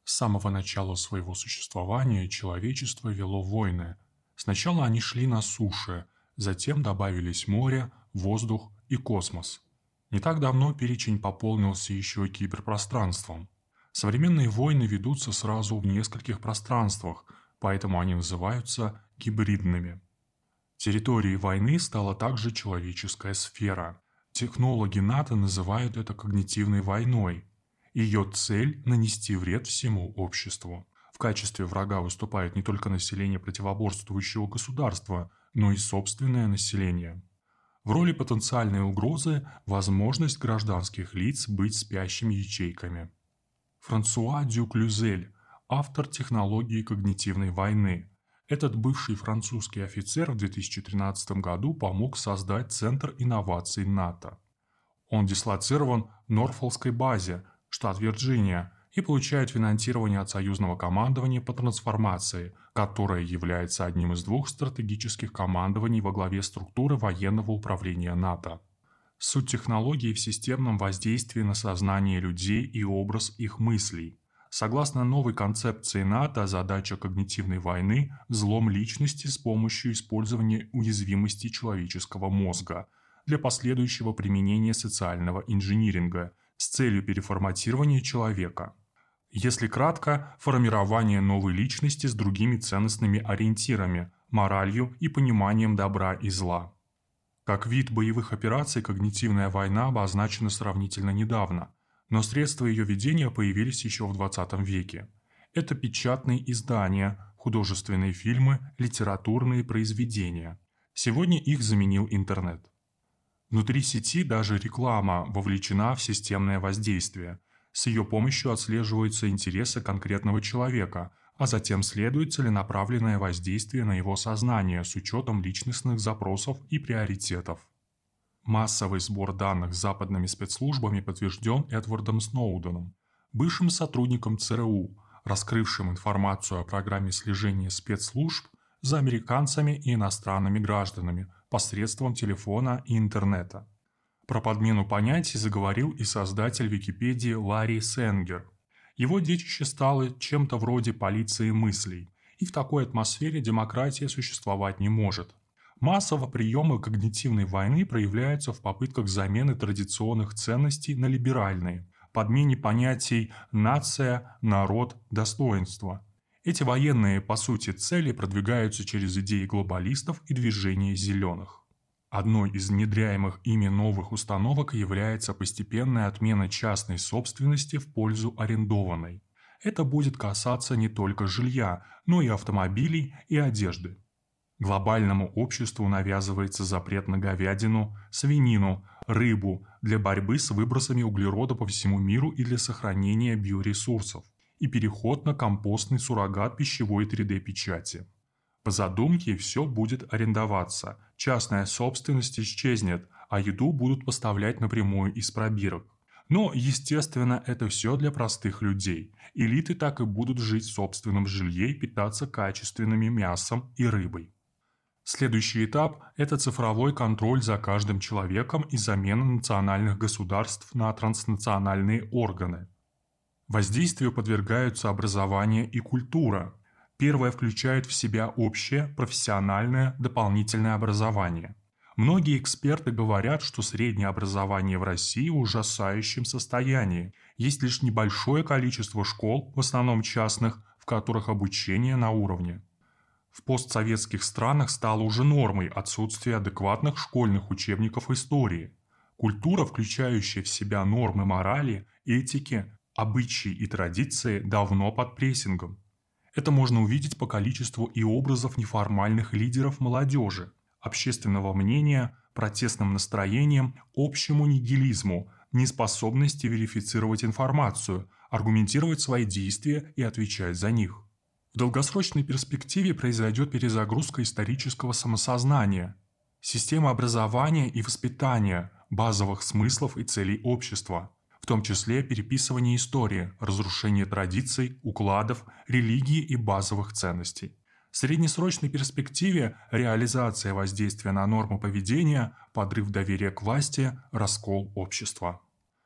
С самого начала своего существования человечество вело войны. Сначала они шли на суше, затем добавились море, воздух и космос. Не так давно перечень пополнился еще и киберпространством. Современные войны ведутся сразу в нескольких пространствах, поэтому они называются гибридными. Территорией войны стала также человеческая сфера. Технологи НАТО называют это когнитивной войной. Ее цель – нанести вред всему обществу. В качестве врага выступает не только население противоборствующего государства, но и собственное население. В роли потенциальной угрозы – возможность гражданских лиц быть спящими ячейками. Франсуа Дюк-Люзель, автор технологии когнитивной войны. Этот бывший французский офицер в 2013 году помог создать Центр инноваций НАТО. Он дислоцирован в Норфолкской базе, штат Вирджиния, и получает финансирование от союзного командования по трансформации, которое является одним из двух стратегических командований во главе структуры военного управления НАТО. Суть технологии в системном воздействии на сознание людей и образ их мыслей. Согласно новой концепции НАТО, задача когнитивной войны – взлом личности с помощью использования уязвимости человеческого мозга для последующего применения социального инжиниринга с целью переформатирования человека. Если кратко, формирование новой личности с другими ценностными ориентирами, моралью и пониманием добра и зла. Как вид боевых операций когнитивная война обозначена сравнительно недавно, но средства ее ведения появились еще в 20 веке. Это печатные издания, художественные фильмы, литературные произведения. Сегодня их заменил интернет. Внутри сети даже реклама вовлечена в системное воздействие. С ее помощью отслеживаются интересы конкретного человека, а затем следует целенаправленное воздействие на его сознание с учетом личностных запросов и приоритетов. Массовый сбор данных западными спецслужбами подтвержден Эдвардом Сноуденом, бывшим сотрудником ЦРУ, раскрывшим информацию о программе слежения спецслужб за американцами и иностранными гражданами посредством телефона и интернета. Про подмену понятий заговорил и создатель Википедии Ларри Сенгер. Его детище стало чем-то вроде полиции мыслей, и в такой атмосфере демократия существовать не может. Массово приемы когнитивной войны проявляются в попытках замены традиционных ценностей на либеральные, подмене понятий «нация», «народ», «достоинство». Эти военные, по сути, цели продвигаются через идеи глобалистов и движения зеленых. Одной из внедряемых ими новых установок является постепенная отмена частной собственности в пользу арендованной. Это будет касаться не только жилья, но и автомобилей и одежды. Глобальному обществу навязывается запрет на говядину, свинину, рыбу для борьбы с выбросами углерода по всему миру и для сохранения биоресурсов, и переход на компостный суррогат пищевой 3D-печати. По задумке все будет арендоваться, частная собственность исчезнет, а еду будут поставлять напрямую из пробирок. Но, естественно, это все для простых людей. Элиты так и будут жить в собственном жилье и питаться качественным мясом и рыбой. Следующий этап – это цифровой контроль за каждым человеком и замена национальных государств на транснациональные органы. Воздействию подвергаются образование и культура. Первое включает в себя общее, профессиональное, дополнительное образование. Многие эксперты говорят, что среднее образование в России в ужасающем состоянии. Есть лишь небольшое количество школ, в основном частных, в которых обучение на уровне. В постсоветских странах стало уже нормой отсутствие адекватных школьных учебников истории. Культура, включающая в себя нормы морали, этики, обычаи и традиции, давно под прессингом. Это можно увидеть по количеству и образов неформальных лидеров молодежи, общественного мнения, протестным настроениям, общему нигилизму, неспособности верифицировать информацию, аргументировать свои действия и отвечать за них. В долгосрочной перспективе произойдет перезагрузка исторического самосознания, системы образования и воспитания, базовых смыслов и целей общества, в том числе переписывание истории, разрушение традиций, укладов, религии и базовых ценностей. В среднесрочной перспективе реализация воздействия на нормы поведения, подрыв доверия к власти, раскол общества.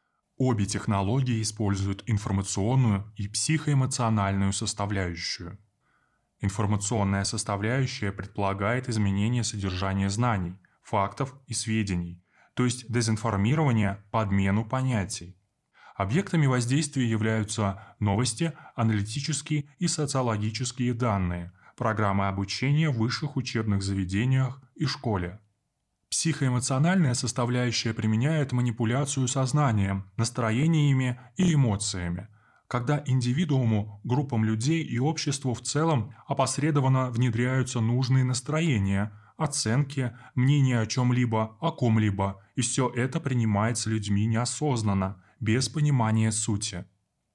Обе технологии используют информационную и психоэмоциональную составляющую. Информационная составляющая предполагает изменение содержания знаний, фактов и сведений, то есть дезинформирование, подмену понятий. Объектами воздействия являются новости, аналитические и социологические данные, программы обучения в высших учебных заведениях и школе. Психоэмоциональная составляющая применяет манипуляцию сознанием, настроениями и эмоциями, когда индивидууму, группам людей и обществу в целом опосредованно внедряются нужные настроения, оценки, мнения о чем-либо, о ком-либо, и все это принимается людьми неосознанно, без понимания сути.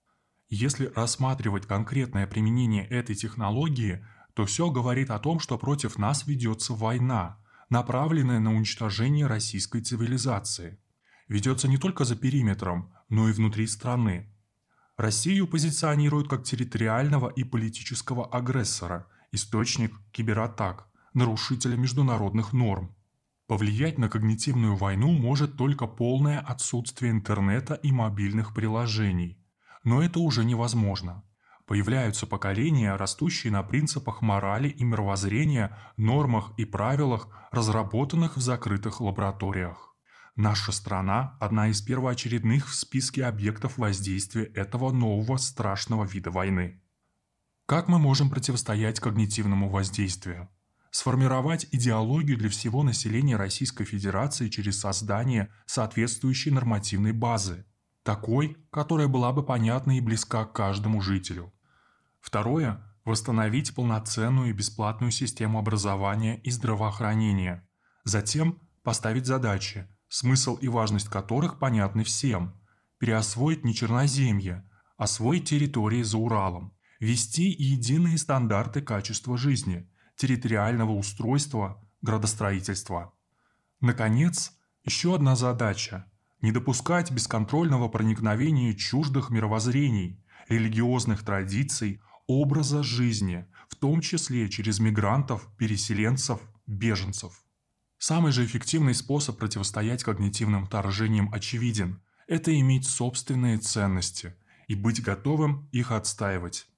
Если рассматривать конкретное применение этой технологии, то все говорит о том, что против нас ведется война, направленная на уничтожение российской цивилизации. Ведется не только за периметром, но и внутри страны. Россию позиционируют как территориального и политического агрессора, источник кибератак, нарушителя международных норм. Повлиять на когнитивную войну может только полное отсутствие интернета и мобильных приложений. Но это уже невозможно. Появляются поколения, растущие на принципах морали и мировоззрения, нормах и правилах, разработанных в закрытых лабораториях. Наша страна – одна из первоочередных в списке объектов воздействия этого нового страшного вида войны. Как мы можем противостоять когнитивному воздействию? Сформировать идеологию для всего населения Российской Федерации через создание соответствующей нормативной базы, такой, которая была бы понятна и близка к каждому жителю. Второе – восстановить полноценную и бесплатную систему образования и здравоохранения. Затем поставить задачи, смысл и важность которых понятны всем. Переосвоить не Черноземье, освоить территории за Уралом. Ввести единые стандарты качества жизни, территориального устройства, градостроительства. Наконец, еще одна задача – не допускать бесконтрольного проникновения чуждых мировоззрений, религиозных традиций, образа жизни, в том числе через мигрантов, переселенцев, беженцев. Самый же эффективный способ противостоять когнитивным вторжениям очевиден – это иметь собственные ценности и быть готовым их отстаивать.